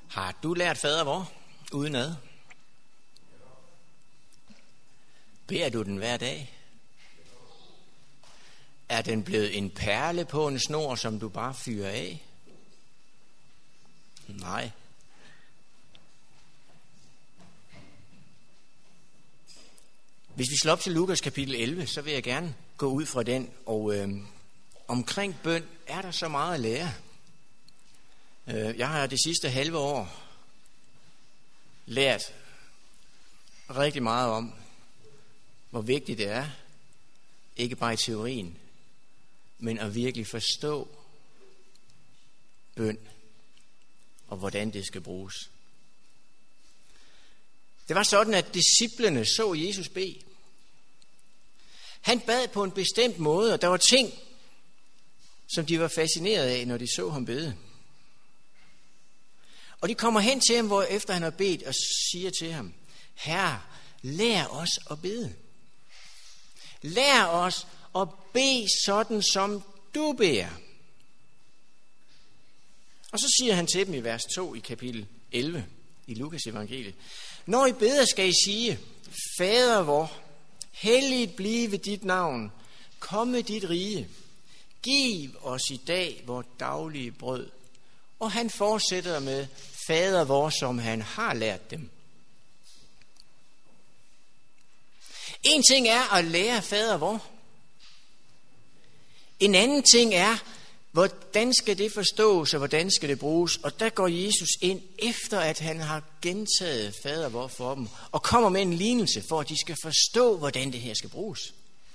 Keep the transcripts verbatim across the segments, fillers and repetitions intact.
Har du lært fader vor udenad? Beder du den hver dag? Er den blevet en perle på en snor, som du bare fyrer af? Nej. Hvis vi slår op til Lukas kapitel elleve, så vil jeg gerne gå ud fra den. Og øh, omkring bøn er der så meget at lære. Øh, jeg har det sidste halve år lært rigtig meget om, hvor vigtigt det er, ikke bare i teorien, men at virkelig forstå bøn og hvordan det skal bruges. Det var sådan, at disciplene så Jesus bede. Han bad på en bestemt måde, og der var ting, som de var fascineret af, når de så ham bede. Og de kommer hen til ham, hvor efter han har bedt, og siger til ham: Herre, lær os at bede. Lær os at bede sådan, som du beder. Og så siger han til dem i vers to i kapitel elleve i Lukas evangeliet: Når I beder, skal I sige: Fader vor, helligt blive dit navn, komme dit rige, giv os i dag vores daglige brød. Og han fortsætter med fader vor, som han har lært dem. En ting er at lære fader vor. En anden ting er, hvordan skal det forstås, og hvordan skal det bruges? Og der går Jesus ind, efter at han har gentaget fader vor for dem, og kommer med en lignelse, for at de skal forstå, hvordan det her skal bruges.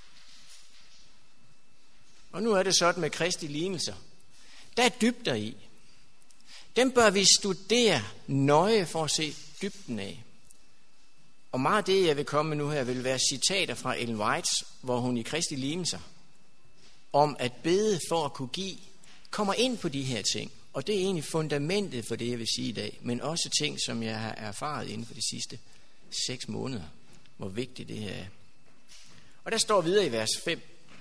Og nu er det sådan med Kristi lignelser. Der er dybder i. Dem bør vi studere nøje for at se dybden af. Og meget af det, jeg vil komme med nu her, vil være citater fra Ellen White, hvor hun i Kristi lignelser, om at bede for at kunne give, kommer ind på de her ting. Og det er egentlig fundamentet for det, jeg vil sige i dag, men også ting, som jeg har erfaret inden for de sidste seks måneder, hvor vigtigt det her er. Og der står videre i vers fem.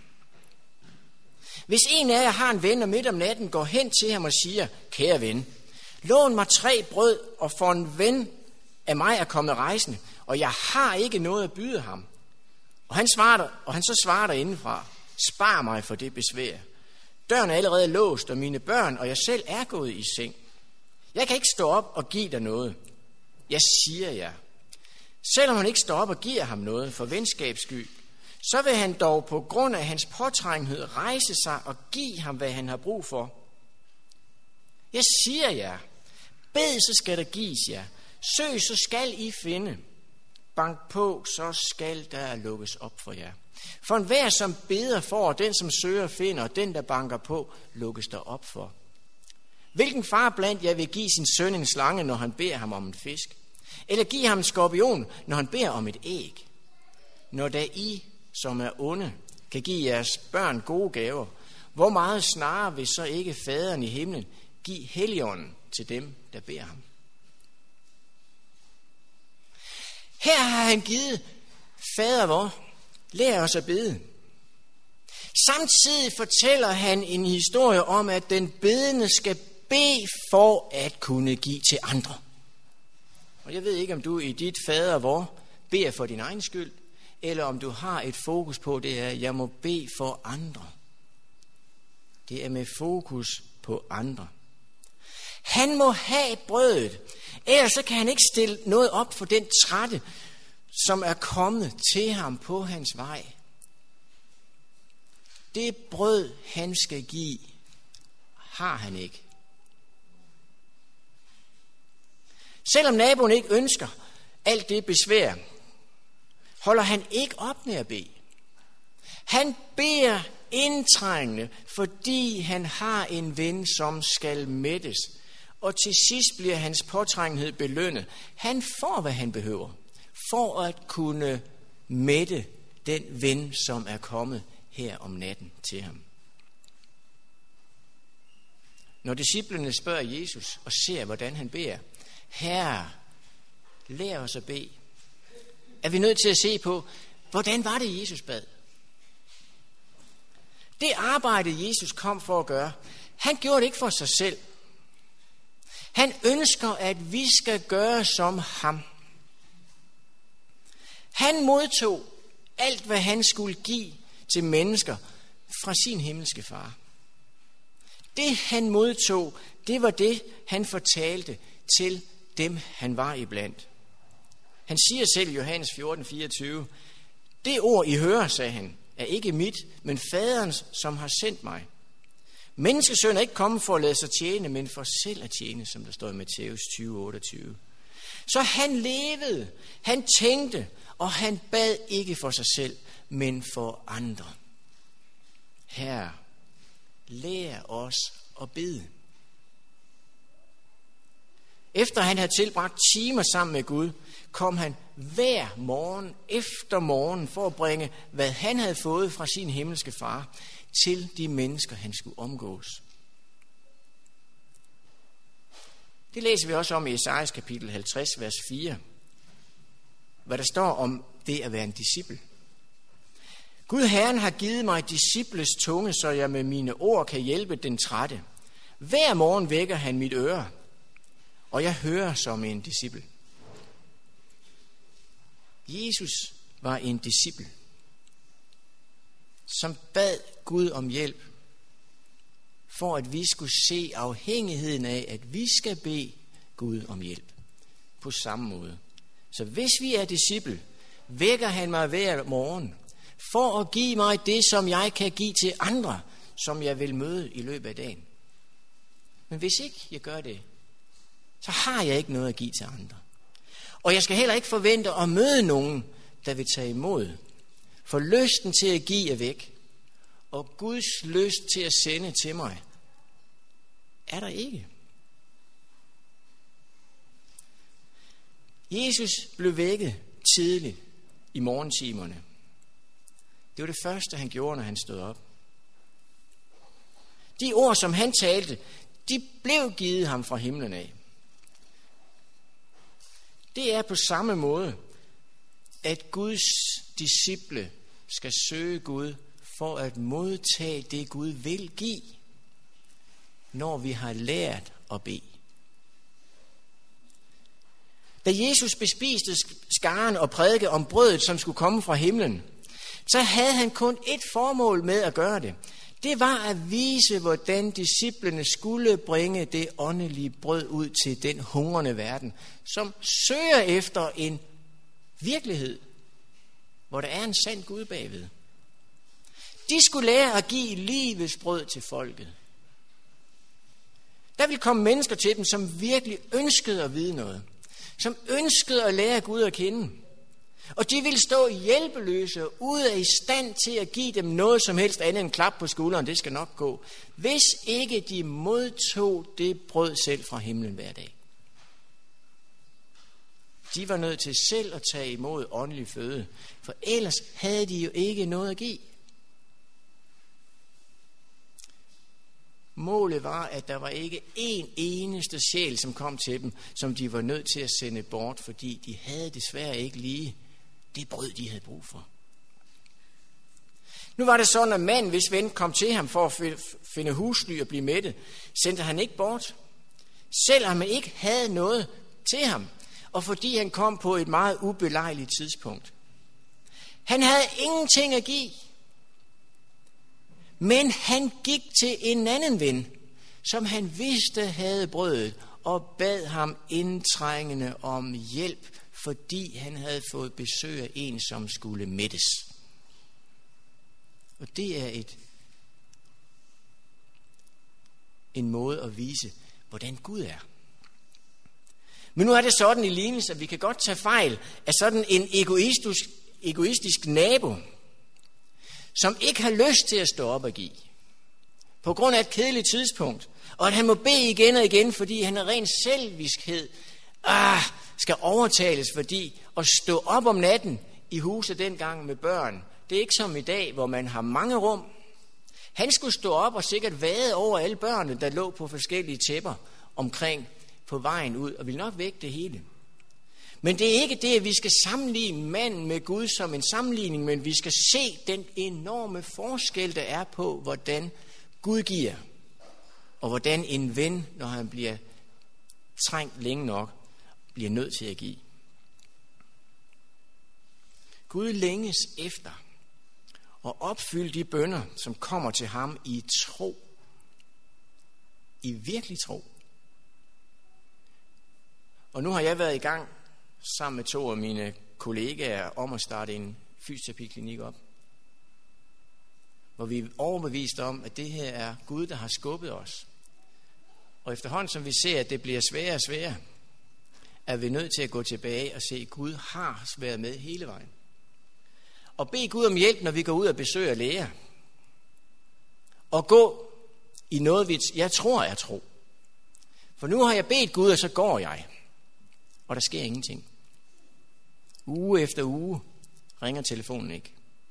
Hvis en af jer har en ven, og midt om natten går hen til ham og siger: Kære ven, lån mig tre brød, og for en ven af mig er kommet rejsende, og jeg har ikke noget at byde ham. Og han, svarer, og han så svarer der indenfra: Spar mig for det besvær. Døren er allerede låst, og mine børn og jeg selv er gået i seng. Jeg kan ikke stå op og give dig noget. Jeg siger jer, selvom han ikke står op og giver ham noget for venskabs skyld, så vil han dog på grund af hans påtrængenhed rejse sig og give ham, hvad han har brug for. Jeg siger jer, bed, så skal der gives jer. Søg, så skal I finde. Bank på, så skal der lukkes op for jer. For enhver, som beder for, og den, som søger, finder, og den, der banker på, lukkes der op for. Hvilken far blandt jer vil give sin søn en slange, når han beder ham om en fisk? Eller give ham en skorpion, når han beder om et æg? Når da I, som er onde, kan give jeres børn gode gaver, hvor meget snarere vil så ikke faderen i himlen give Helligånden til dem, der beder ham? Her har han givet fader vor, lær os at bede. Samtidig fortæller han en historie om, at den bedende skal bede for at kunne give til andre. Og jeg ved ikke, om du i dit fader vor beder for din egen skyld, eller om du har et fokus på, det er, at jeg må bede for andre. Det er med fokus på andre. Han må have brødet, ellers så kan han ikke stille noget op for den trætte, som er kommet til ham på hans vej. Det brød, han skal give, har han ikke. Selvom naboen ikke ønsker alt det besvær, holder han ikke op med at bede. Han beder indtrængende, fordi han har en ven, som skal mættes. Og til sidst bliver hans påtrængenhed belønnet. Han får, hvad han behøver, for at kunne mætte den ven, som er kommet her om natten til ham. Når disciplene spørger Jesus og ser, hvordan han beder: Herre, lær os at bede, er vi nødt til at se på, hvordan var det, Jesus bad? Det arbejde, Jesus kom for at gøre, han gjorde det ikke for sig selv. Han ønsker, at vi skal gøre som ham. Han modtog alt, hvad han skulle give til mennesker fra sin himmelske far. Det han modtog, det var det, han fortalte til dem, han var iblandt. Han siger selv i Johannes fjorten fireogtyve, det ord, I hører, sagde han, er ikke mit, men faderens, som har sendt mig. Menneskesøn er ikke kommet for at lade sig tjene, men for selv at tjene, som der står i Matthæus tyve otteogtyve. Så han levede, han tænkte, og han bad ikke for sig selv, men for andre. Herre, lær os at bede. Efter han havde tilbragt timer sammen med Gud, kom han hver morgen efter morgen for at bringe, hvad han havde fået fra sin himmelske far, til de mennesker, han skulle omgås. Det læser vi også om i Esajas kapitel halvtreds, vers fire, hvad der står om det at være en disciple. Gud Herren har givet mig disciples tunge, så jeg med mine ord kan hjælpe den trætte. Hver morgen vækker han mit øre, og jeg hører som en disciple. Jesus var en disciple, som bad Gud om hjælp, for at vi skulle se afhængigheden af, at vi skal bede Gud om hjælp på samme måde. Så hvis vi er disciple, vækker han mig hver morgen, for at give mig det, som jeg kan give til andre, som jeg vil møde i løbet af dagen. Men hvis ikke jeg gør det, så har jeg ikke noget at give til andre. Og jeg skal heller ikke forvente at møde nogen, der vil tage imod. For lysten til at give er væk, og Guds lyst til at sende til mig er der ikke. Jesus blev vækket tidligt i morgentimerne. Det var det første, han gjorde, når han stod op. De ord, som han talte, de blev givet ham fra himlen af. Det er på samme måde, at Guds disciple skal søge Gud for at modtage det, Gud vil give, når vi har lært at bede. Da Jesus bespiste skaren og prædikede om brødet, som skulle komme fra himlen, så havde han kun et formål med at gøre det. Det var at vise, hvordan disciplene skulle bringe det åndelige brød ud til den hungrende verden, som søger efter en virkelighed, hvor der er en sand Gud bagved. De skulle lære at give livets brød til folket. Der ville komme mennesker til dem, som virkelig ønskede at vide noget, som ønskede at lære Gud at kende. Og de ville stå hjælpeløse og ude af i stand til at give dem noget som helst andet end klap på skulderen. Det skal nok gå, hvis ikke de modtog det brød selv fra himlen hver dag. De var nødt til selv at tage imod åndelig føde, for ellers havde de jo ikke noget at give. Målet var, at der var ikke en eneste sjæl, som kom til dem, som de var nødt til at sende bort, fordi de havde desværre ikke lige det brød, de havde brug for. Nu var det sådan, at manden, hvis ven kom til ham for at finde husly og blive mættet, sendte han ikke bort, selvom han ikke havde noget til ham, og fordi han kom på et meget ubelejligt tidspunkt. Han havde ingenting at give, men han gik til en anden ven, som han vidste havde brødet, og bad ham indtrængende om hjælp, fordi han havde fået besøg af en, som skulle mættes. Og det er et en måde at vise, hvordan Gud er. Men nu er det sådan i lignelse, at vi kan godt tage fejl af sådan en egoistisk, egoistisk nabo, som ikke har lyst til at stå op og give, på grund af et kedeligt tidspunkt, og at han må bede igen og igen, fordi han er ren selviskhed, ah, skal overtales, fordi at stå op om natten i huset dengang med børn, det er ikke som i dag, hvor man har mange rum. Han skulle stå op og sikkert vade over alle børnene, der lå på forskellige tæpper omkring på vejen ud, og ville nok vække det hele. Men det er ikke det, at vi skal sammenligne manden med Gud som en sammenligning, men vi skal se den enorme forskel, der er på, hvordan Gud giver, og hvordan en ven, når han bliver trængt længe nok, bliver nødt til at give. Gud længes efter at opfylde de bønner, som kommer til ham i tro. I virkelig tro. Og nu har jeg været i gang sammen med to af mine kollegaer om at starte en fysioterapiklinik op, hvor vi er overbevist om, at det her er Gud, der har skubbet os. Og efterhånden som vi ser, at det bliver sværere og sværere, er vi nødt til at gå tilbage og se, at Gud har været med hele vejen. Og bede Gud om hjælp, når vi går ud og besøger læger. Og gå i noget, jeg tror er tro. For nu har jeg bedt Gud, og så går jeg. Og der sker ingenting. Uge efter uge ringer telefonen ikke.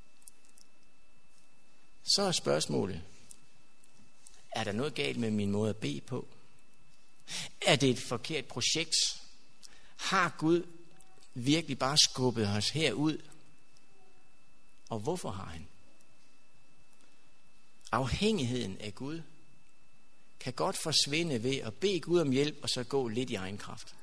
Så er spørgsmålet, er der noget galt med min måde at bede på? Er det et forkert projekt? Har Gud virkelig bare skubbet os herud? Og hvorfor har han? Afhængigheden af Gud kan godt forsvinde ved at bede Gud om hjælp, og så gå lidt i egen kraft.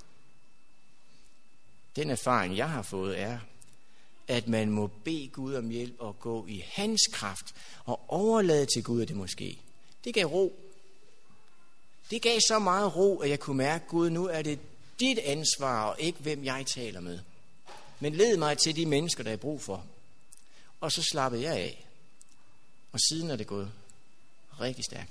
Den erfaring, jeg har fået, er, at man må bede Gud om hjælp og gå i hans kraft og overlade til Gud, at det måske. Det gav ro. Det gav så meget ro, at jeg kunne mærke, Gud, nu er det dit ansvar, og ikke hvem jeg taler med. Men led mig til de mennesker, der er brug for. Og så slappede jeg af. Og siden er det gået rigtig stærkt.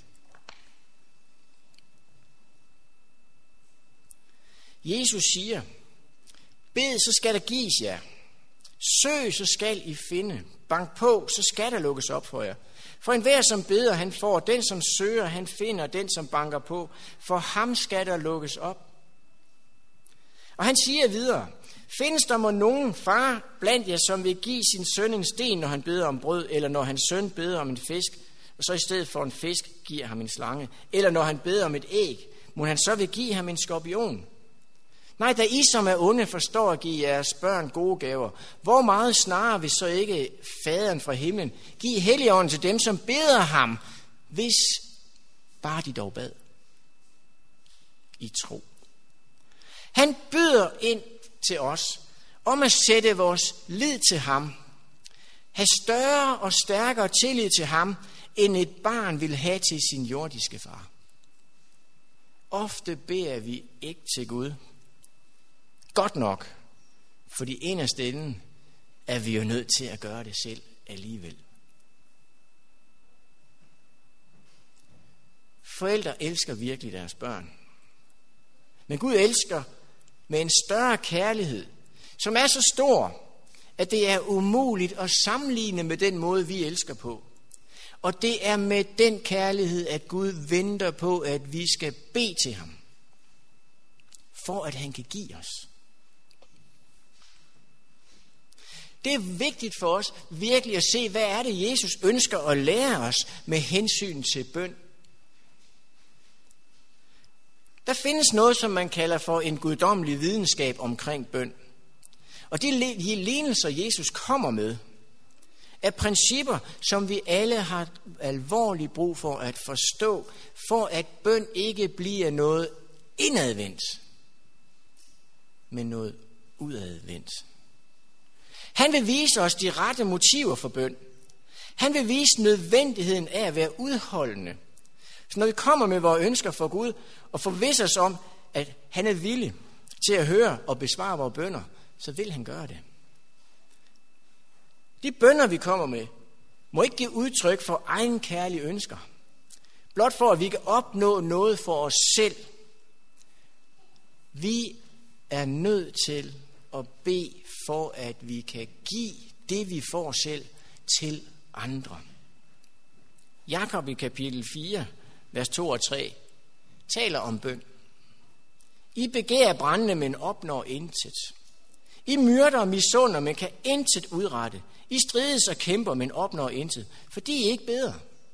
Jesus siger, bed, så skal der gives jer. Søg, så skal I finde. Bank på, så skal der lukkes op for jer. For enhver, som beder, han får. Den, som søger, han finder. Den, som banker på. For ham skal der lukkes op. Og han siger videre, findes der må nogen far blandt jer, som vil give sin søn en sten, når han beder om brød, eller når hans søn beder om en fisk, og så i stedet for en fisk giver ham en slange, eller når han beder om et æg, må han så vil give ham en skorpion. Nej, da I som er onde forstår at give jeres børn gode gaver, hvor meget snarere vil så ikke faderen fra himlen give Helligånden til dem, som beder ham, hvis bare de dog bad i tro. Han byder ind til os om at sætte vores lid til ham, have større og stærkere tillid til ham, end et barn vil have til sin jordiske far. Ofte beder vi ikke til Gud. Godt nok, fordi inderst inden er vi jo nødt til at gøre det selv alligevel. Forældre elsker virkelig deres børn. Men Gud elsker med en større kærlighed, som er så stor, at det er umuligt at sammenligne med den måde, vi elsker på. Og det er med den kærlighed, at Gud venter på, at vi skal bede til ham, for at han kan give os. Det er vigtigt for os virkelig at se, hvad er det, Jesus ønsker at lære os med hensyn til bøn. Der findes noget, som man kalder for en guddommelig videnskab omkring bøn. Og de lignelser, Jesus kommer med, er principper, som vi alle har alvorligt brug for at forstå, for at bøn ikke bliver noget indadvendt, men noget udadvendt. Han vil vise os de rette motiver for bøn. Han vil vise nødvendigheden af at være udholdende. Så når vi kommer med vores ønsker for Gud, og forvisser os om, at han er villig til at høre og besvare vores bønner, så vil han gøre det. De bønner, vi kommer med, må ikke give udtryk for egen kærlige ønsker. Blot for, at vi kan opnå noget for os selv. Vi er nødt til at bede for, at vi kan give det, vi får selv, til andre. Jakob i kapitel fire, vers to og tre, taler om bøn. I begærer brændende, men opnår intet. I myrder og misunder, men kan intet udrette. I strides og kæmper, men opnår intet, fordi I ikke beder.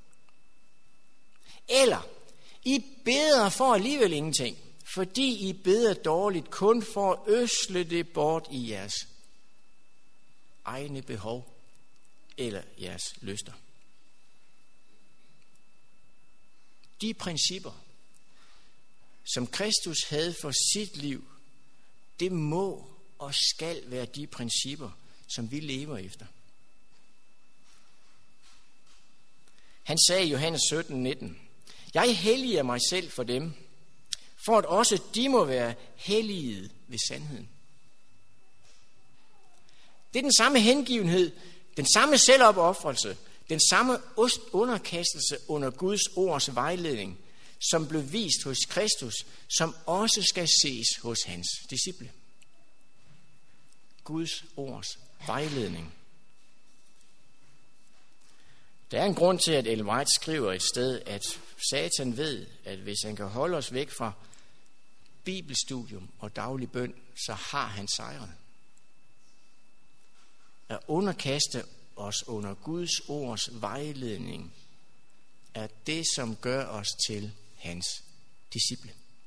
Eller, I beder for alligevel ingenting, fordi I beder dårligt, kun for at øsle det bort i jeres egne behov eller jeres lyster. De principper som Kristus havde for sit liv, det må og skal være de principper, som vi lever efter. Han sagde i Johannes sytten nitten, jeg helliger mig selv for dem, for at også de må være helliget ved sandheden. Det er den samme hengivenhed, den samme selvopoffrelse, den samme underkastelse under Guds ords vejledning, som blev vist hos Kristus, som også skal ses hos hans disciple. Guds ords vejledning. Der er en grund til, at Ellen White skriver et sted, at Satan ved, at hvis han kan holde os væk fra bibelstudium og daglig bøn, så har han sejret. At underkaste os under Guds ords vejledning er det, som gør os til hans disciple.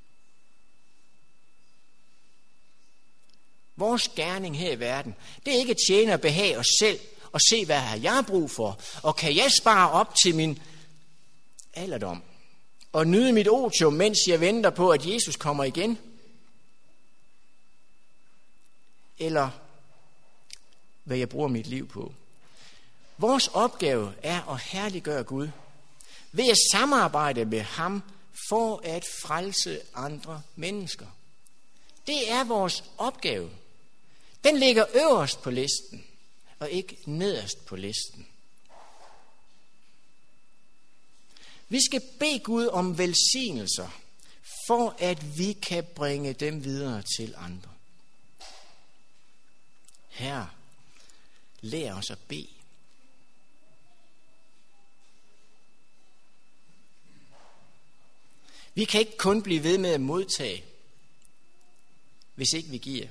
Vores gerning her i verden, det er ikke at tjene og behage os selv og se, hvad har jeg brug for, og kan jeg spare op til min alderdom og nyde mit otium, mens jeg venter på, at Jesus kommer igen? Eller hvad jeg bruger mit liv på. Vores opgave er at herliggøre Gud ved at samarbejde med ham for at frelse andre mennesker. Det er vores opgave. Den ligger øverst på listen, og ikke nederst på listen. Vi skal bede Gud om velsignelser, for at vi kan bringe dem videre til andre. Herre, lær os at bede. Vi kan ikke kun blive ved med at modtage, hvis ikke vi giver.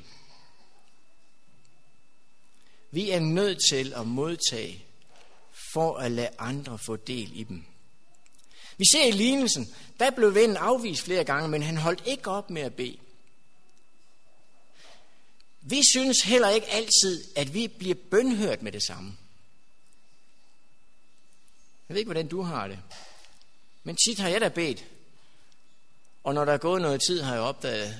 Vi er nødt til at modtage, for at lade andre få del i dem. Vi ser i lignelsen, der blev vennen afvist flere gange, men han holdt ikke op med at bede. Vi synes heller ikke altid, at vi bliver bønhørt med det samme. Jeg ved ikke, hvordan du har det, men tit har jeg da bedt. Og når der er gået noget tid, har jeg opdaget,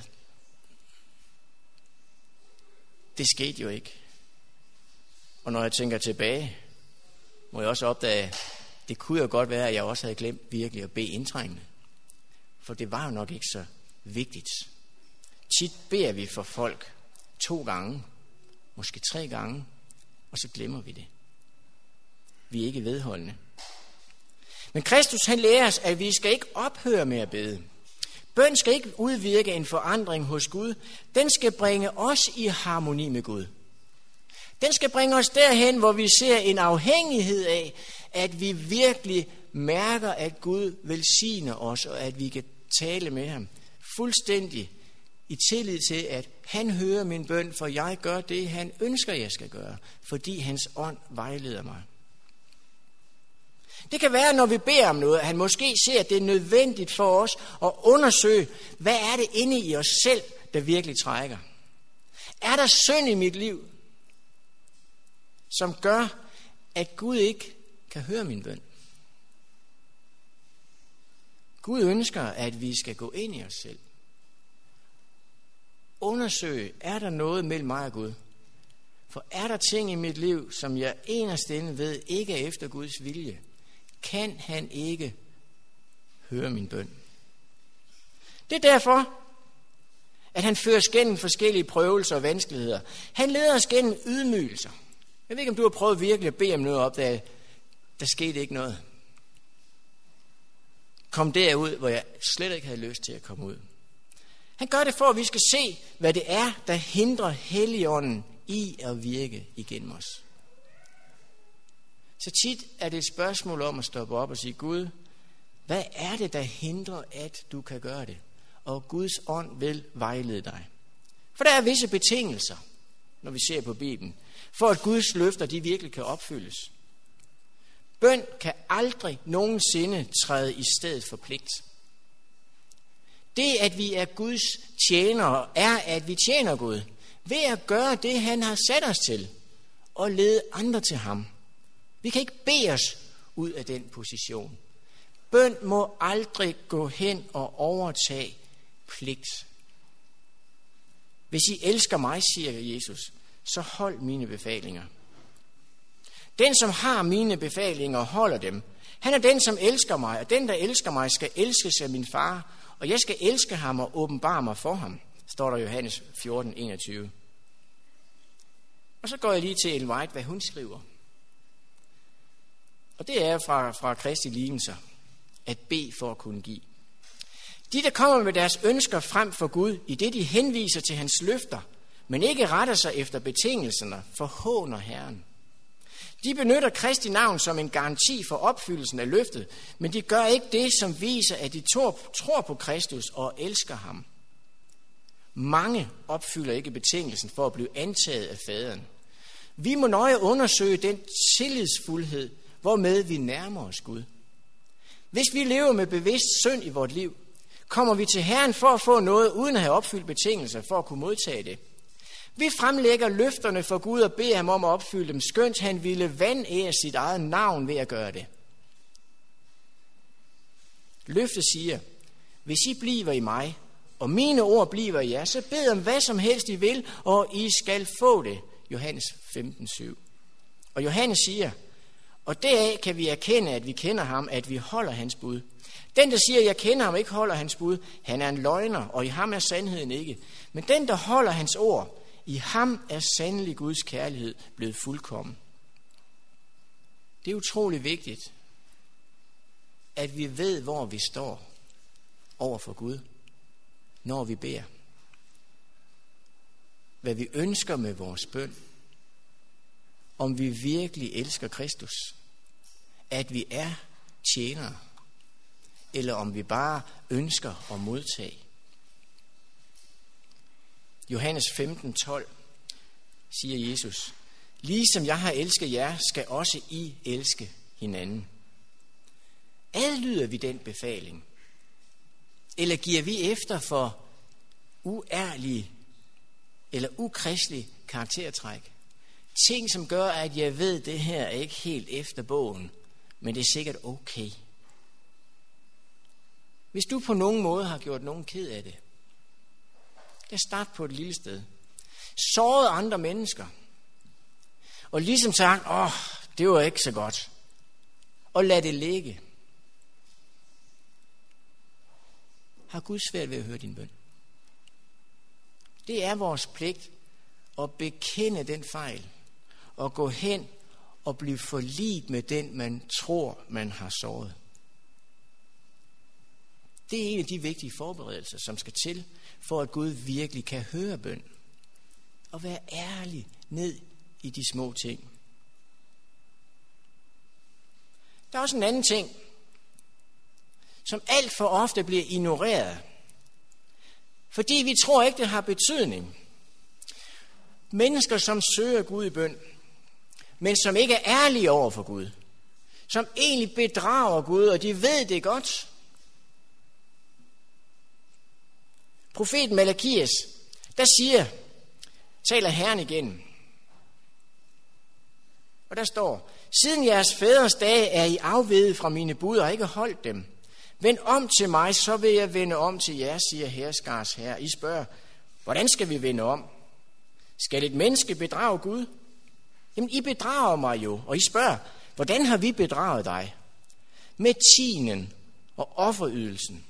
det skete jo ikke. Og når jeg tænker tilbage, må jeg også opdage, det kunne jo godt være, at jeg også havde glemt virkelig at bede indtrængende. For det var jo nok ikke så vigtigt. Tit beder vi for folk to gange, måske tre gange, og så glemmer vi det. Vi er ikke vedholdende. Men Kristus, han lærer os, at vi skal ikke ophøre med at bede. Bøn skal ikke udvirke en forandring hos Gud. Den skal bringe os i harmoni med Gud. Den skal bringe os derhen, hvor vi ser en afhængighed af, at vi virkelig mærker, at Gud velsigner os, og at vi kan tale med ham fuldstændig i tillid til, at han hører min bøn, for jeg gør det, han ønsker, jeg skal gøre, fordi hans ånd vejleder mig. Det kan være, når vi beder om noget, at han måske ser, at det er nødvendigt for os at undersøge, hvad er det inde i os selv, der virkelig trækker. Er der synd i mit liv, som gør, at Gud ikke kan høre min bøn? Gud ønsker, at vi skal gå ind i os selv. Undersøge, er der noget mellem mig og Gud? For er der ting i mit liv, som jeg inderst inde ved ikke er efter Guds vilje, kan han ikke høre min bøn. Det er derfor, at han fører os gennem forskellige prøvelser og vanskeligheder. Han leder os gennem ydmygelser. Jeg ved ikke, om du har prøvet virkelig at bede om noget op, der, der skete ikke noget. Kom derud, hvor jeg slet ikke havde lyst til at komme ud. Han gør det for, at vi skal se, hvad det er, der hindrer Helligånden i at virke igennem os. Så tit er det et spørgsmål om at stoppe op og sige, Gud, hvad er det, der hindrer, at du kan gøre det? Og Guds ånd vil vejlede dig. For der er visse betingelser, når vi ser på Bibelen, for at Guds løfter de virkelig kan opfyldes. Bøn kan aldrig nogensinde træde i stedet for pligt. Det, at vi er Guds tjenere, er, at vi tjener Gud ved at gøre det, han har sat os til, og lede andre til ham. Vi kan ikke bede os ud af den position. Bøn må aldrig gå hen og overtage pligt. Hvis I elsker mig, siger Jesus, så hold mine befalinger. Den, som har mine befalinger og holder dem, han er den, som elsker mig, og den, der elsker mig, skal elskes af min far, og jeg skal elske ham og åbenbare mig for ham, står der i Johannes fjorten enogtyve. Og så går jeg lige til Ellen White, hvad hun skriver. Og det er fra, fra Kristi lignelser, at bede for at kunne give. De, der kommer med deres ønsker frem for Gud, i det de henviser til hans løfter, men ikke retter sig efter betingelserne, forhåner Herren. De benytter Kristi navn som en garanti for opfyldelsen af løftet, men de gør ikke det, som viser, at de tror på Kristus og elsker ham. Mange opfylder ikke betingelsen for at blive antaget af faderen. Vi må nøje undersøge den tillidsfuldhed, hvormed vi nærmer os Gud. Hvis vi lever med bevidst synd i vort liv, kommer vi til Herren for at få noget, uden at have opfyldt betingelser for at kunne modtage det. Vi fremlægger løfterne for Gud og beder ham om at opfylde dem, skønt han ville vandære sit eget navn ved at gøre det. Løftet siger, hvis I bliver i mig, og mine ord bliver i jer, så bed om hvad som helst I vil, og I skal få det. Johannes femten syv. Og Johannes siger, og deraf kan vi erkende, at vi kender ham, at vi holder hans bud. Den, der siger, jeg kender ham, ikke holder hans bud, han er en løgner, og i ham er sandheden ikke. Men den, der holder hans ord, i ham er sandelig Guds kærlighed blevet fuldkommen. Det er utrolig vigtigt, at vi ved, hvor vi står over for Gud, når vi beder. Hvad vi ønsker med vores bøn. Om vi virkelig elsker Kristus. At vi er tjenere. Eller om vi bare ønsker at modtage. Johannes femten tolv siger Jesus, ligesom jeg har elsket jer, skal også I elske hinanden. Adlyder vi den befaling? Eller giver vi efter for uærlige eller ukristelige karaktertræk? Ting, som gør, at jeg ved, det her er ikke helt efter bogen, men det er sikkert okay. Hvis du på nogen måde har gjort nogen ked af det, lad os starte på et lille sted. Såret andre mennesker. Og ligesom sagt, åh, det var ikke så godt. Og lad det ligge. Har Gud svært ved at høre din bøn? Det er vores pligt at bekende den fejl. Og gå hen og blive forliget med den, man tror, man har såret. Det er en af de vigtige forberedelser, som skal til, for at Gud virkelig kan høre bøn. Og være ærlig ned i de små ting. Der er også en anden ting, som alt for ofte bliver ignoreret. Fordi vi tror ikke, det har betydning. Mennesker, som søger Gud i bøn, men som ikke er ærlige over for Gud. Som egentlig bedrager Gud, og de ved det godt. Profeten Malakias, der siger, taler Herren igen. Og der står, siden jeres fædres dage er I afveget fra mine bud og ikke holdt dem. Vend om til mig, så vil jeg vende om til jer, siger Herskars Herre. I spørger, hvordan skal vi vende om? Skal et menneske bedrage Gud? Jamen, I bedrager mig jo, og I spørger, hvordan har vi bedraget dig? Med tienden og offerydelsen.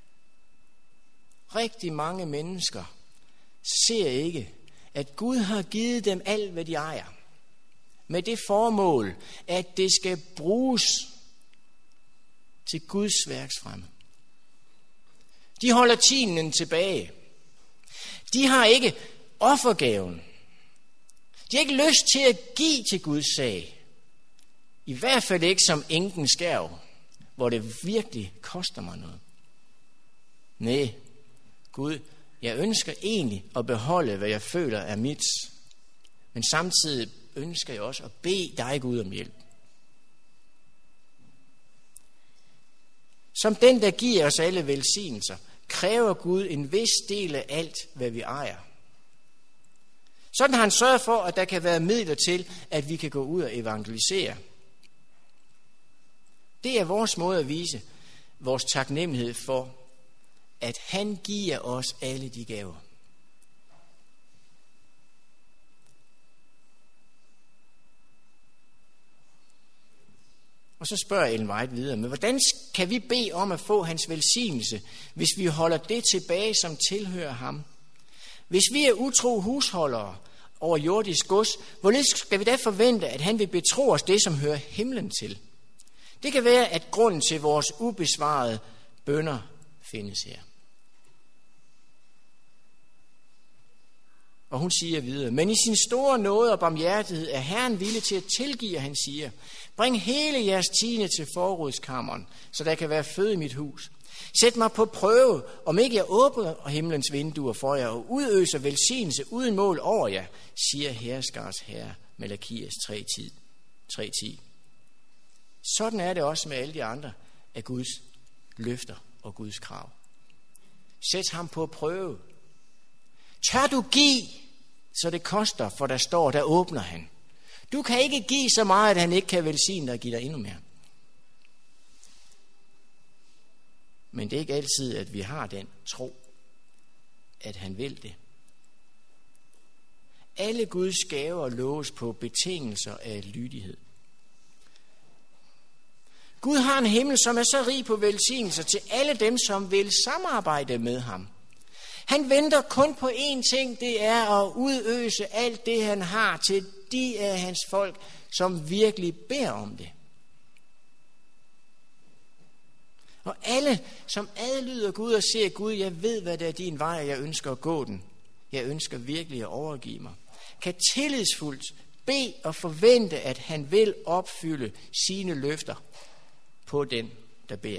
Rigtig mange mennesker ser ikke, at Gud har givet dem alt, hvad de ejer. Med det formål, at det skal bruges til Guds værksfremme. De holder tienden tilbage. De har ikke offergaven. De har ikke lyst til at give til Guds sag. I hvert fald ikke som enken skærv, hvor det virkelig koster mig noget. Nej, Gud, jeg ønsker egentlig at beholde, hvad jeg føler er mit. Men samtidig ønsker jeg også at bede dig, Gud, om hjælp. Som den, der giver os alle velsignelser, kræver Gud en vis del af alt, hvad vi ejer. Sådan har han sørget for, at der kan være midler til, at vi kan gå ud og evangelisere. Det er vores måde at vise vores taknemmelighed for, at han giver os alle de gaver. Og så spørger Ellen White videre, men hvordan kan vi bede om at få hans velsignelse, hvis vi holder det tilbage, som tilhører ham? Hvis vi er utro husholdere over jordisk gods, hvorledes skal vi da forvente, at han vil betro os det, som hører himlen til? Det kan være, at grunden til vores ubesvarede bønner findes her. Og hun siger videre, men i sin store nåde og barmhjertighed er Herren villig til at tilgive, han siger, bring hele jeres tiende til forrådskammeren, så der kan være føde i mit hus. Sæt mig på prøve, om ikke jeg åbner himlens vinduer for jer og udøser velsignelse uden mål over jer, siger herskars herre, Malakias tre ti. Sådan er det også med alle de andre af Guds løfter og Guds krav. Sæt ham på prøve. Tør du give, så det koster, for der står, der åbner han. Du kan ikke give så meget, at han ikke kan velsigne dig og give dig endnu mere. Men det er ikke altid, at vi har den tro, at han vil det. Alle Guds gaver loves på betingelser af lydighed. Gud har en himmel, som er så rig på velsignelser til alle dem, som vil samarbejde med ham. Han venter kun på én ting, det er at udøse alt det, han har til de af hans folk, som virkelig beder om det. Og alle, som adlyder Gud og siger, Gud, jeg ved, hvad det er din vej, og jeg ønsker at gå den. Jeg ønsker virkelig at overgive mig. Kan tillidsfuldt bede og forvente, at han vil opfylde sine løfter på den, der beder.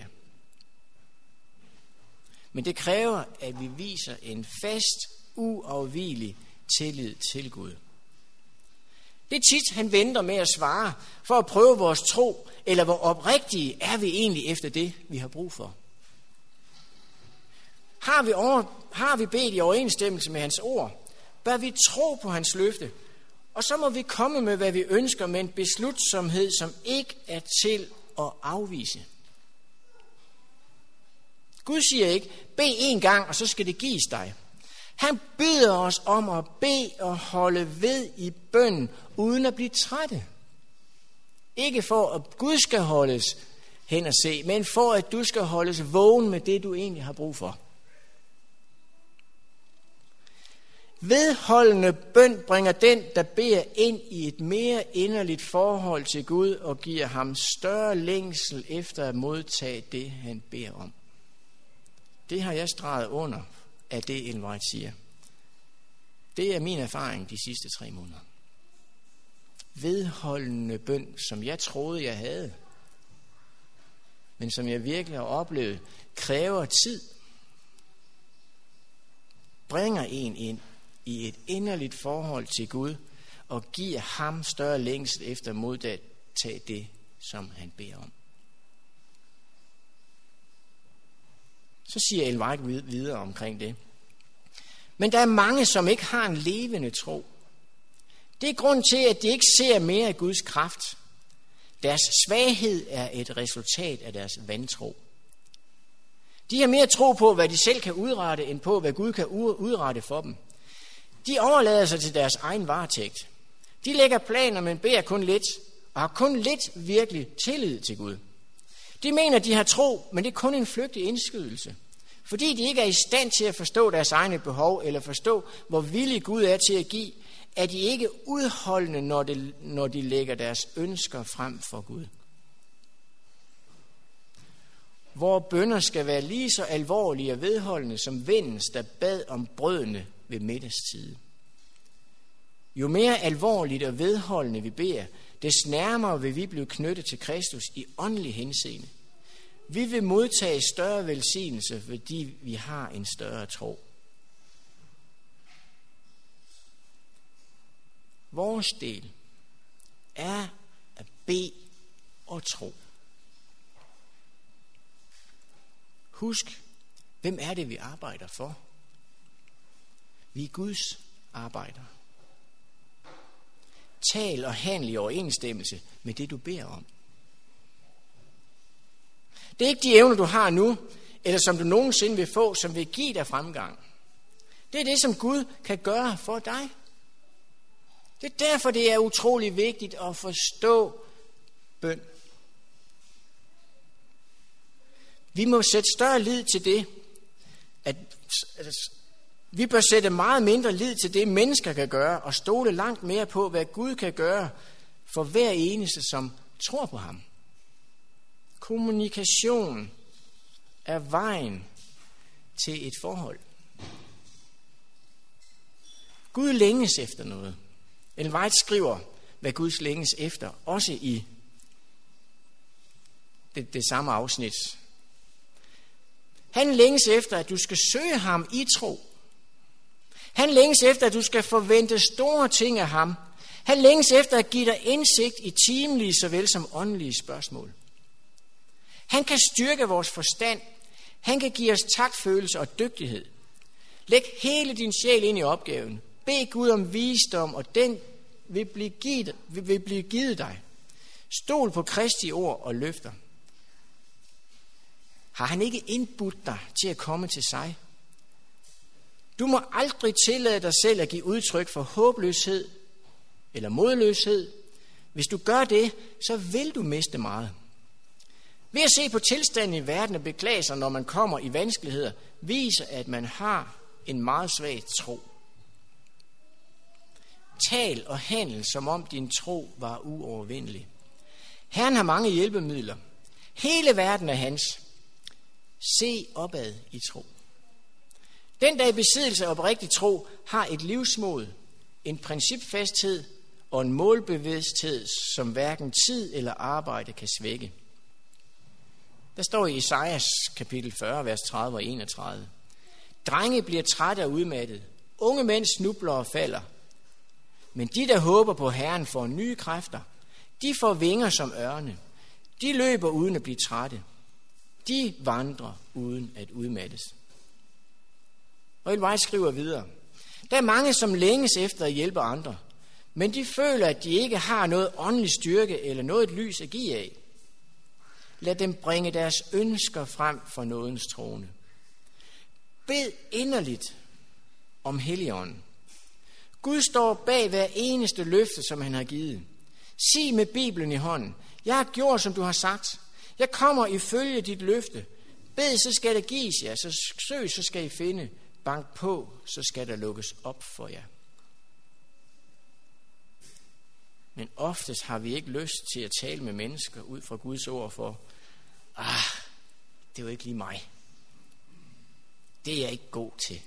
Men det kræver, at vi viser en fast, uafvigelig tillid til Gud. Det er tit, han venter med at svare, for at prøve vores tro, eller hvor oprigtige er vi egentlig efter det, vi har brug for. Har vi, over, har vi bedt i overensstemmelse med hans ord, bør vi tro på hans løfte, og så må vi komme med, hvad vi ønsker, med en beslutsomhed, som ikke er til at afvise. Gud siger ikke, bed en gang, og så skal det gives dig. Han byder os om at bede og holde ved i bønnen, uden at blive trætte. Ikke for, at Gud skal holdes hen og se, men for, at du skal holdes vågen med det, du egentlig har brug for. Vedholdende bøn bringer den, der beder, ind i et mere inderligt forhold til Gud og giver ham større længsel efter at modtage det, han beder om. Det har jeg streget under af det, Ellen White siger. Det er min erfaring de sidste tre måneder. Vedholdende bøn, som jeg troede, jeg havde, men som jeg virkelig har oplevet, kræver tid. Bringer en ind i et inderligt forhold til Gud og giver ham større længsel efter at modtage det, som han beder om. Så siger Ellen White videre omkring det. Men der er mange, som ikke har en levende tro. Det er grund til, at de ikke ser mere af Guds kraft. Deres svaghed er et resultat af deres vantro. De har mere tro på, hvad de selv kan udrette, end på, hvad Gud kan udrette for dem. De overlader sig til deres egen varetægt. De lægger planer, men beder kun lidt, og har kun lidt virkelig tillid til Gud. De mener, de har tro, men det er kun en flygtig indskydelse. Fordi de ikke er i stand til at forstå deres egne behov, eller forstå, hvor villig Gud er til at give, er de ikke udholdende, når de, når de lægger deres ønsker frem for Gud. Hvor bønner skal være lige så alvorlige og vedholdende som vindens, der bad om brødene ved middagstid. Jo mere alvorligt og vedholdende vi beder, des nærmere vil vi blive knyttet til Kristus i åndelig henseende. Vi vil modtage større velsignelse, fordi vi har en større tro. Vores del er at bede og tro. Husk, hvem er det, vi arbejder for? Vi er Guds arbejdere. Tal og handl i overensstemmelse med det, du beder om. Det er ikke de evner, du har nu, eller som du nogensinde vil få, som vil give dig fremgang. Det er det, som Gud kan gøre for dig. Det er derfor, det er utrolig vigtigt at forstå bøn. Vi må sætte større lid til det, at, at vi bør sætte meget mindre lid til det, mennesker kan gøre, og stole langt mere på, hvad Gud kan gøre for hver eneste, som tror på ham. Kommunikation er vejen til et forhold. Gud længes efter noget. Ellen White skriver, hvad Gud længes efter, også i det, det samme afsnit. Han længes efter, at du skal søge ham i tro. Han længes efter, at du skal forvente store ting af ham. Han længes efter at give dig indsigt i timelige såvel som åndelige spørgsmål. Han kan styrke vores forstand. Han kan give os taktfølelse og dygtighed. Læg hele din sjæl ind i opgaven. Bed Gud om visdom, og den vil blive givet, vil blive givet dig. Stol på Kristi ord og løfter. Har han ikke indbudt dig til at komme til sig? Du må aldrig tillade dig selv at give udtryk for håbløshed eller modløshed. Hvis du gør det, så vil du miste meget. Ved at se på tilstanden i verden og beklage sig, når man kommer i vanskeligheder, viser, at man har en meget svag tro. Tal og handel, som om din tro var uovervindelig. Herren har mange hjælpemidler. Hele verden er hans. Se opad i tro. Den, der er i besiddelse af oprigtig tro, har et livsmod, en principfasthed og en målbevidsthed, som hverken tid eller arbejde kan svække. Der står i Esajas kapitel fyrre, vers tredive og enogtredive. Drenge bliver trætte og udmattet. Unge mænd snubler og falder. Men de, der håber på Herren, får nye kræfter. De får vinger som ørne. De løber uden at blive trætte. De vandrer uden at udmattes. Og Ellen White skriver videre. Der er mange, som længes efter at hjælpe andre, men de føler, at de ikke har noget åndelig styrke eller noget lys at give af. Lad dem bringe deres ønsker frem for nådens trone. Bed inderligt om Helligånden. Gud står bag hver eneste løfte, som han har givet. Sig med Bibelen i hånden. Jeg har gjort, som du har sagt. Jeg kommer ifølge dit løfte. Bed, så skal der gives jer. Så søg, så skal I finde. Bank på, så skal der lukkes op for jer. Men oftest har vi ikke lyst til at tale med mennesker ud fra Guds ord for, ah, det er jo ikke lige mig. Det er jeg ikke god til.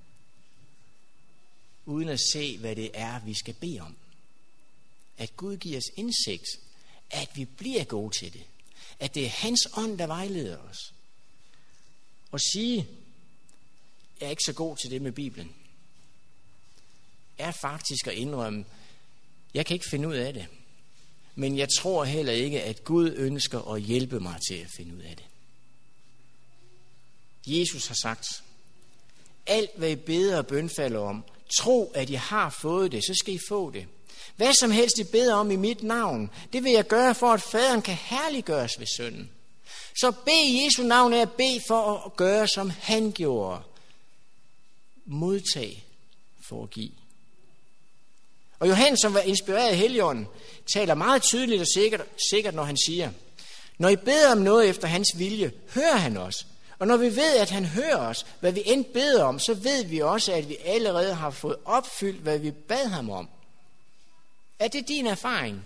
Uden at se, hvad det er, vi skal bede om. At Gud giver os indsigt, at vi bliver gode til det. At det er hans ånd, der vejleder os. Og sige, jeg er ikke så god til det med Bibelen. Er faktisk at indrømme, jeg kan ikke finde ud af det. Men jeg tror heller ikke, at Gud ønsker at hjælpe mig til at finde ud af det. Jesus har sagt, alt hvad I beder og bønfalder om, tro, at I har fået det, så skal I få det. Hvad som helst I beder om i mit navn, det vil jeg gøre for, at faderen kan herliggøres ved sønnen. Så bed i Jesu navn er at bede for at gøre, som han gjorde. Modtag for at give. Og Johannes, som var inspireret af Helligånden, taler meget tydeligt og sikkert, sikkert, når han siger, når I beder om noget efter hans vilje, hører han os. Og når vi ved, at han hører os, hvad vi end beder om, så ved vi også, at vi allerede har fået opfyldt, hvad vi bad ham om. Er det din erfaring?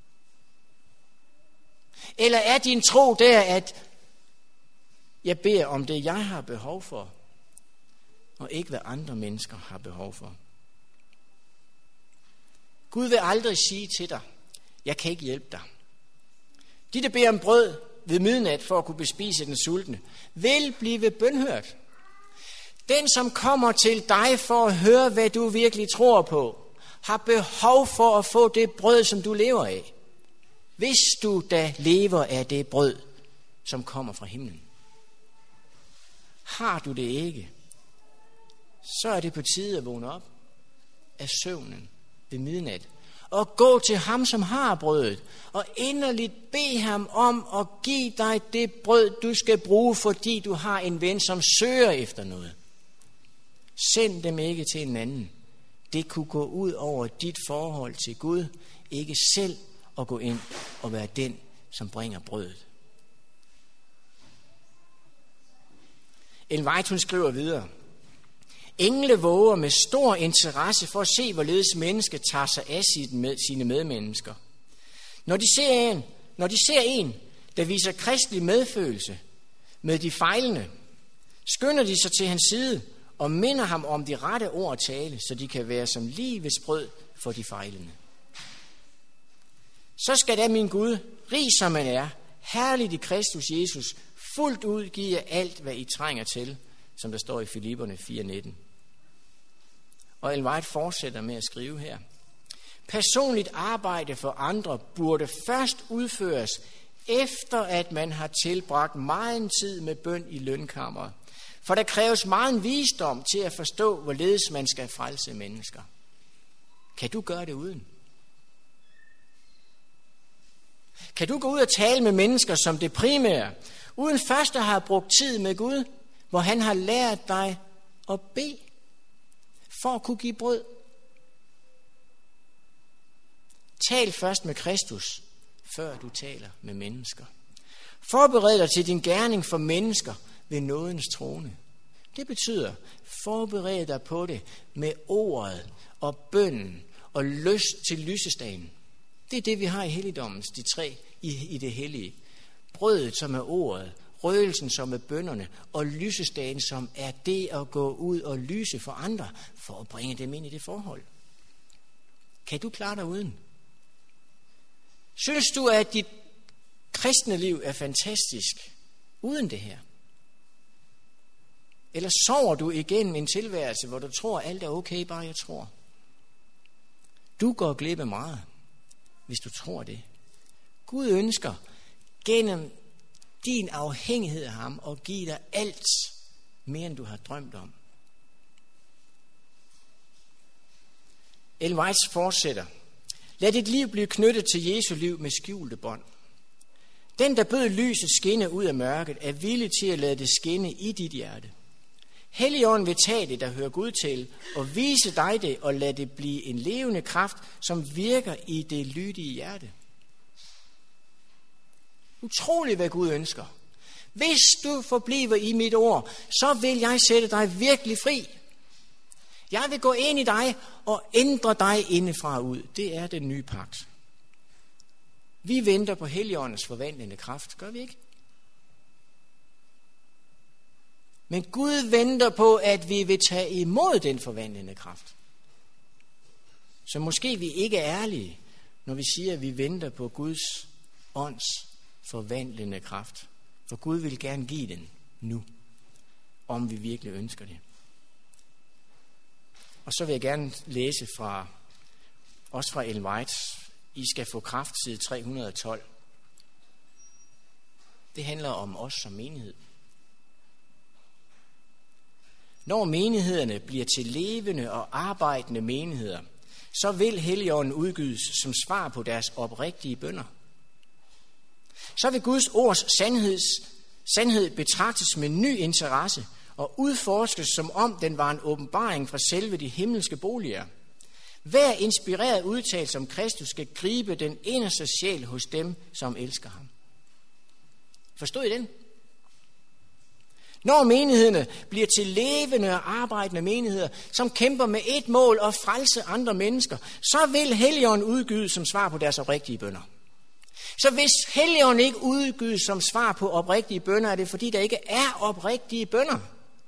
Eller er din tro der, at jeg beder om det, jeg har behov for, og ikke hvad andre mennesker har behov for? Gud vil aldrig sige til dig, jeg kan ikke hjælpe dig. De, der beder om brød ved midnat for at kunne bespise den sultne, vil blive bønhørt. Den, som kommer til dig for at høre, hvad du virkelig tror på, har behov for at få det brød, som du lever af. Hvis du da lever af det brød, som kommer fra himlen. Har du det ikke, så er det på tide at vågne op af søvnen ved midnat og gå til ham, som har brødet, og inderligt bed ham om at give dig det brød, du skal bruge, fordi du har en ven, som søger efter noget. Send dem ikke til en anden. Det kunne gå ud over dit forhold til Gud, ikke selv at gå ind og være den, som bringer brødet. Ellen White, hun skriver videre. Engle våger med stor interesse for at se, hvorledes mennesket tager sig af sine medmennesker. Når de ser en, når de ser en, der viser kristelig medfølelse med de fejlende, skynder de sig til hans side og minder ham om de rette ord at tale, så de kan være som livets brød for de fejlende. Så skal da min Gud, rig som man er, herligt i Kristus Jesus, fuldt ud give jer alt, hvad I trænger til, som der står i Filipperne fire nitten. Og Ellen White fortsætter med at skrive her. Personligt arbejde for andre burde først udføres, efter at man har tilbragt meget tid med bøn i lønkammeret. For der kræves meget visdom til at forstå, hvorledes man skal frelse mennesker. Kan du gøre det uden? Kan du gå ud og tale med mennesker som det primære, uden først at have brugt tid med Gud, hvor han har lært dig at bede, for at kunne give brød? Tal først med Kristus, før du taler med mennesker. Forbered dig til din gerning for mennesker ved nådens trone. Det betyder, forbered dig på det med ordet og bønnen og lyst til lysestagen. Det er det, vi har i helligdommens, de tre i, i det hellige. Brødet, som er ordet, røgelsen, som er bønnerne, og lysestagen, som er det at gå ud og lyse for andre, for at bringe dem ind i det forhold. Kan du klare dig uden? Synes du, at dit kristne liv er fantastisk uden det her? Eller sover du igen en tilværelse, hvor du tror, at alt er okay, bare jeg tror? Du går glip af meget, hvis du tror det. Gud ønsker gennem din afhængighed af ham at give dig alt mere, end du har drømt om. Ellen White fortsætter. Lad dit liv blive knyttet til Jesu liv med skjulte bånd. Den, der bød lyset skinne ud af mørket, er villig til at lade det skinne i dit hjerte. Helligånden vil tage det, der hører Gud til, og vise dig det, og lade det blive en levende kraft, som virker i det lydige hjerte. Utroligt, hvad Gud ønsker. Hvis du forbliver i mit ord, så vil jeg sætte dig virkelig fri. Jeg vil gå ind i dig og ændre dig indefra ud. Det er den nye pagt. Vi venter på Helligåndens forvandlende kraft, gør vi ikke? Men Gud venter på, at vi vil tage imod den forvandlende kraft. Så måske vi ikke er ærlige, når vi siger, at vi venter på Guds ånds forvandlende kraft. For Gud vil gerne give den nu, om vi virkelig ønsker det. Og så vil jeg gerne læse fra, også fra Ellen White. I skal få kraft, side tre hundrede og tolv. Det handler om os som menighed. Når menighederne bliver til levende og arbejdende menigheder, så vil Helligånden udgydes som svar på deres oprigtige bønner. Så vil Guds ords sandheds, sandhed betragtes med ny interesse og udforskes, som om den var en åbenbaring fra selve de himmelske boliger. Hver inspireret udtalelse om Kristus skal gribe den inderste sjæl hos dem, som elsker ham. Forstod I den? Når menighederne bliver til levende og arbejdende menigheder, som kæmper med et mål at frelse andre mennesker, så vil Helligånden udgydes som svar på deres oprigtige bønner. Så hvis Helligånden ikke udgydes som svar på oprigtige bønner, er det fordi, der ikke er oprigtige bønner.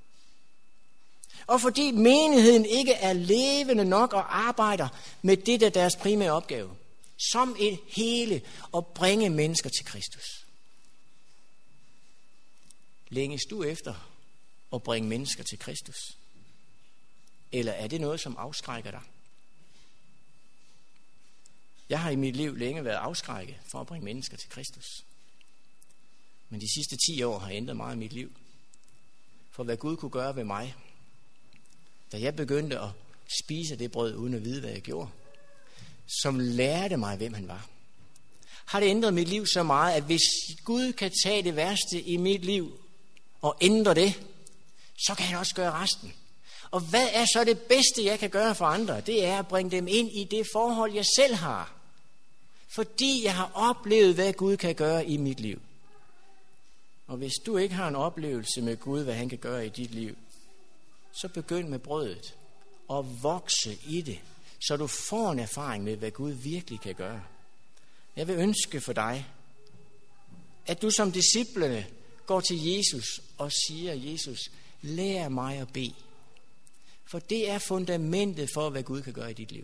Og fordi menigheden ikke er levende nok og arbejder med det, der er deres primære opgave. Som et hele at bringe mennesker til Kristus. Længes du efter at bringe mennesker til Kristus? Eller er det noget, som afskrækker dig? Jeg har i mit liv længe været afskrækket for at bringe mennesker til Kristus. Men de sidste ti år har ændret meget i mit liv. For hvad Gud kunne gøre ved mig, da jeg begyndte at spise det brød uden at vide, hvad jeg gjorde, som lærte mig, hvem han var. Har det ændret mit liv så meget, at hvis Gud kan tage det værste i mit liv og ændre det, så kan han også gøre resten. Og hvad er så det bedste, jeg kan gøre for andre? Det er at bringe dem ind i det forhold, jeg selv har. Fordi jeg har oplevet, hvad Gud kan gøre i mit liv. Og hvis du ikke har en oplevelse med Gud, hvad han kan gøre i dit liv, så begynd med brødet og vokse i det, så du får en erfaring med, hvad Gud virkelig kan gøre. Jeg vil ønske for dig, at du som disciplene går til Jesus og siger, Jesus, lær mig at bede. For det er fundamentet for, hvad Gud kan gøre i dit liv.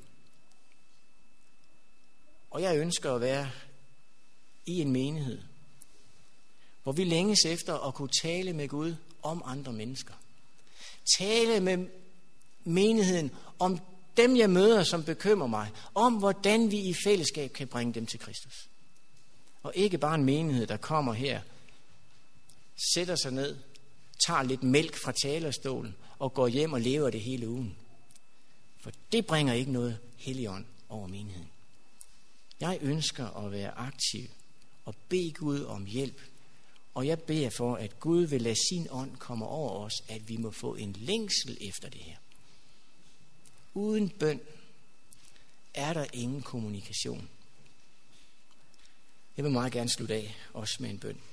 Og jeg ønsker at være i en menighed, hvor vi længes efter at kunne tale med Gud om andre mennesker. Tale med menigheden om dem, jeg møder, som bekymrer mig, om hvordan vi i fællesskab kan bringe dem til Kristus. Og ikke bare en menighed, der kommer her, sætter sig ned, tager lidt mælk fra talerstolen og går hjem og lever det hele ugen. For det bringer ikke noget Helligånd over menigheden. Jeg ønsker at være aktiv og bede Gud om hjælp. Og jeg beder for, at Gud vil lade sin ånd komme over os, at vi må få en længsel efter det her. Uden bøn er der ingen kommunikation. Jeg vil meget gerne slutte af, også med en bøn.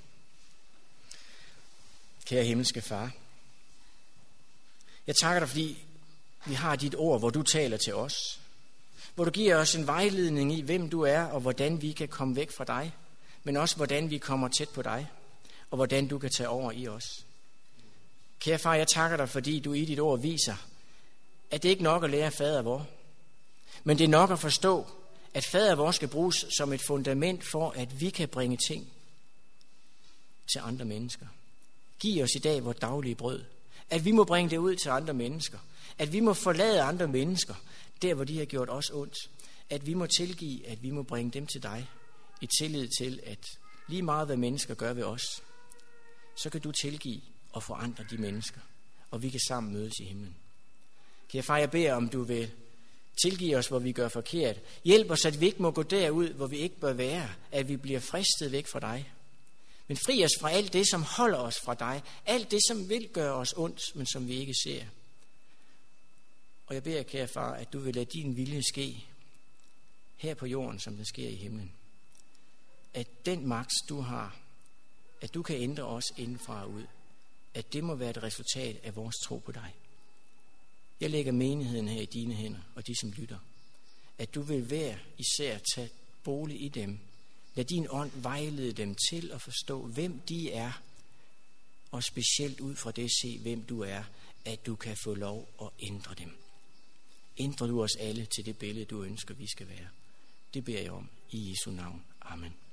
Kære himmelske far, jeg takker dig, fordi vi har dit ord, hvor du taler til os. Hvor du giver os en vejledning i, hvem du er, og hvordan vi kan komme væk fra dig. Men også, hvordan vi kommer tæt på dig, og hvordan du kan tage over i os. Kære far, jeg takker dig, fordi du i dit ord viser, at det ikke er nok at lære fader vor, men det er nok at forstå, at fader vor skal bruges som et fundament for, at vi kan bringe ting til andre mennesker. Giv os i dag vores daglige brød, at vi må bringe det ud til andre mennesker, at vi må forlade andre mennesker, der hvor de har gjort os ondt, at vi må tilgive, at vi må bringe dem til dig, i tillid til, at lige meget hvad mennesker gør ved os, så kan du tilgive og forandre de mennesker, og vi kan sammen mødes i himlen. Kære far, jeg beder, om du vil tilgive os, hvor vi gør forkert. Hjælp os, at vi ikke må gå derud, hvor vi ikke bør være, at vi bliver fristet væk fra dig. Men fri os fra alt det, som holder os fra dig, alt det, som vil gøre os ondt, men som vi ikke ser. Og jeg beder, kære far, at du vil lade din vilje ske her på jorden, som det sker i himlen. At den magt, du har, at du kan ændre os indenfra og ud, at det må være et resultat af vores tro på dig. Jeg lægger menigheden her i dine hænder, og de som lytter, at du vil hver især tage bolig i dem. Lad din ånd vejlede dem til at forstå, hvem de er, og specielt ud fra det se, hvem du er, at du kan få lov at ændre dem. Ændrer du os alle til det billede, du ønsker, vi skal være. Det beder jeg om i Jesu navn. Amen.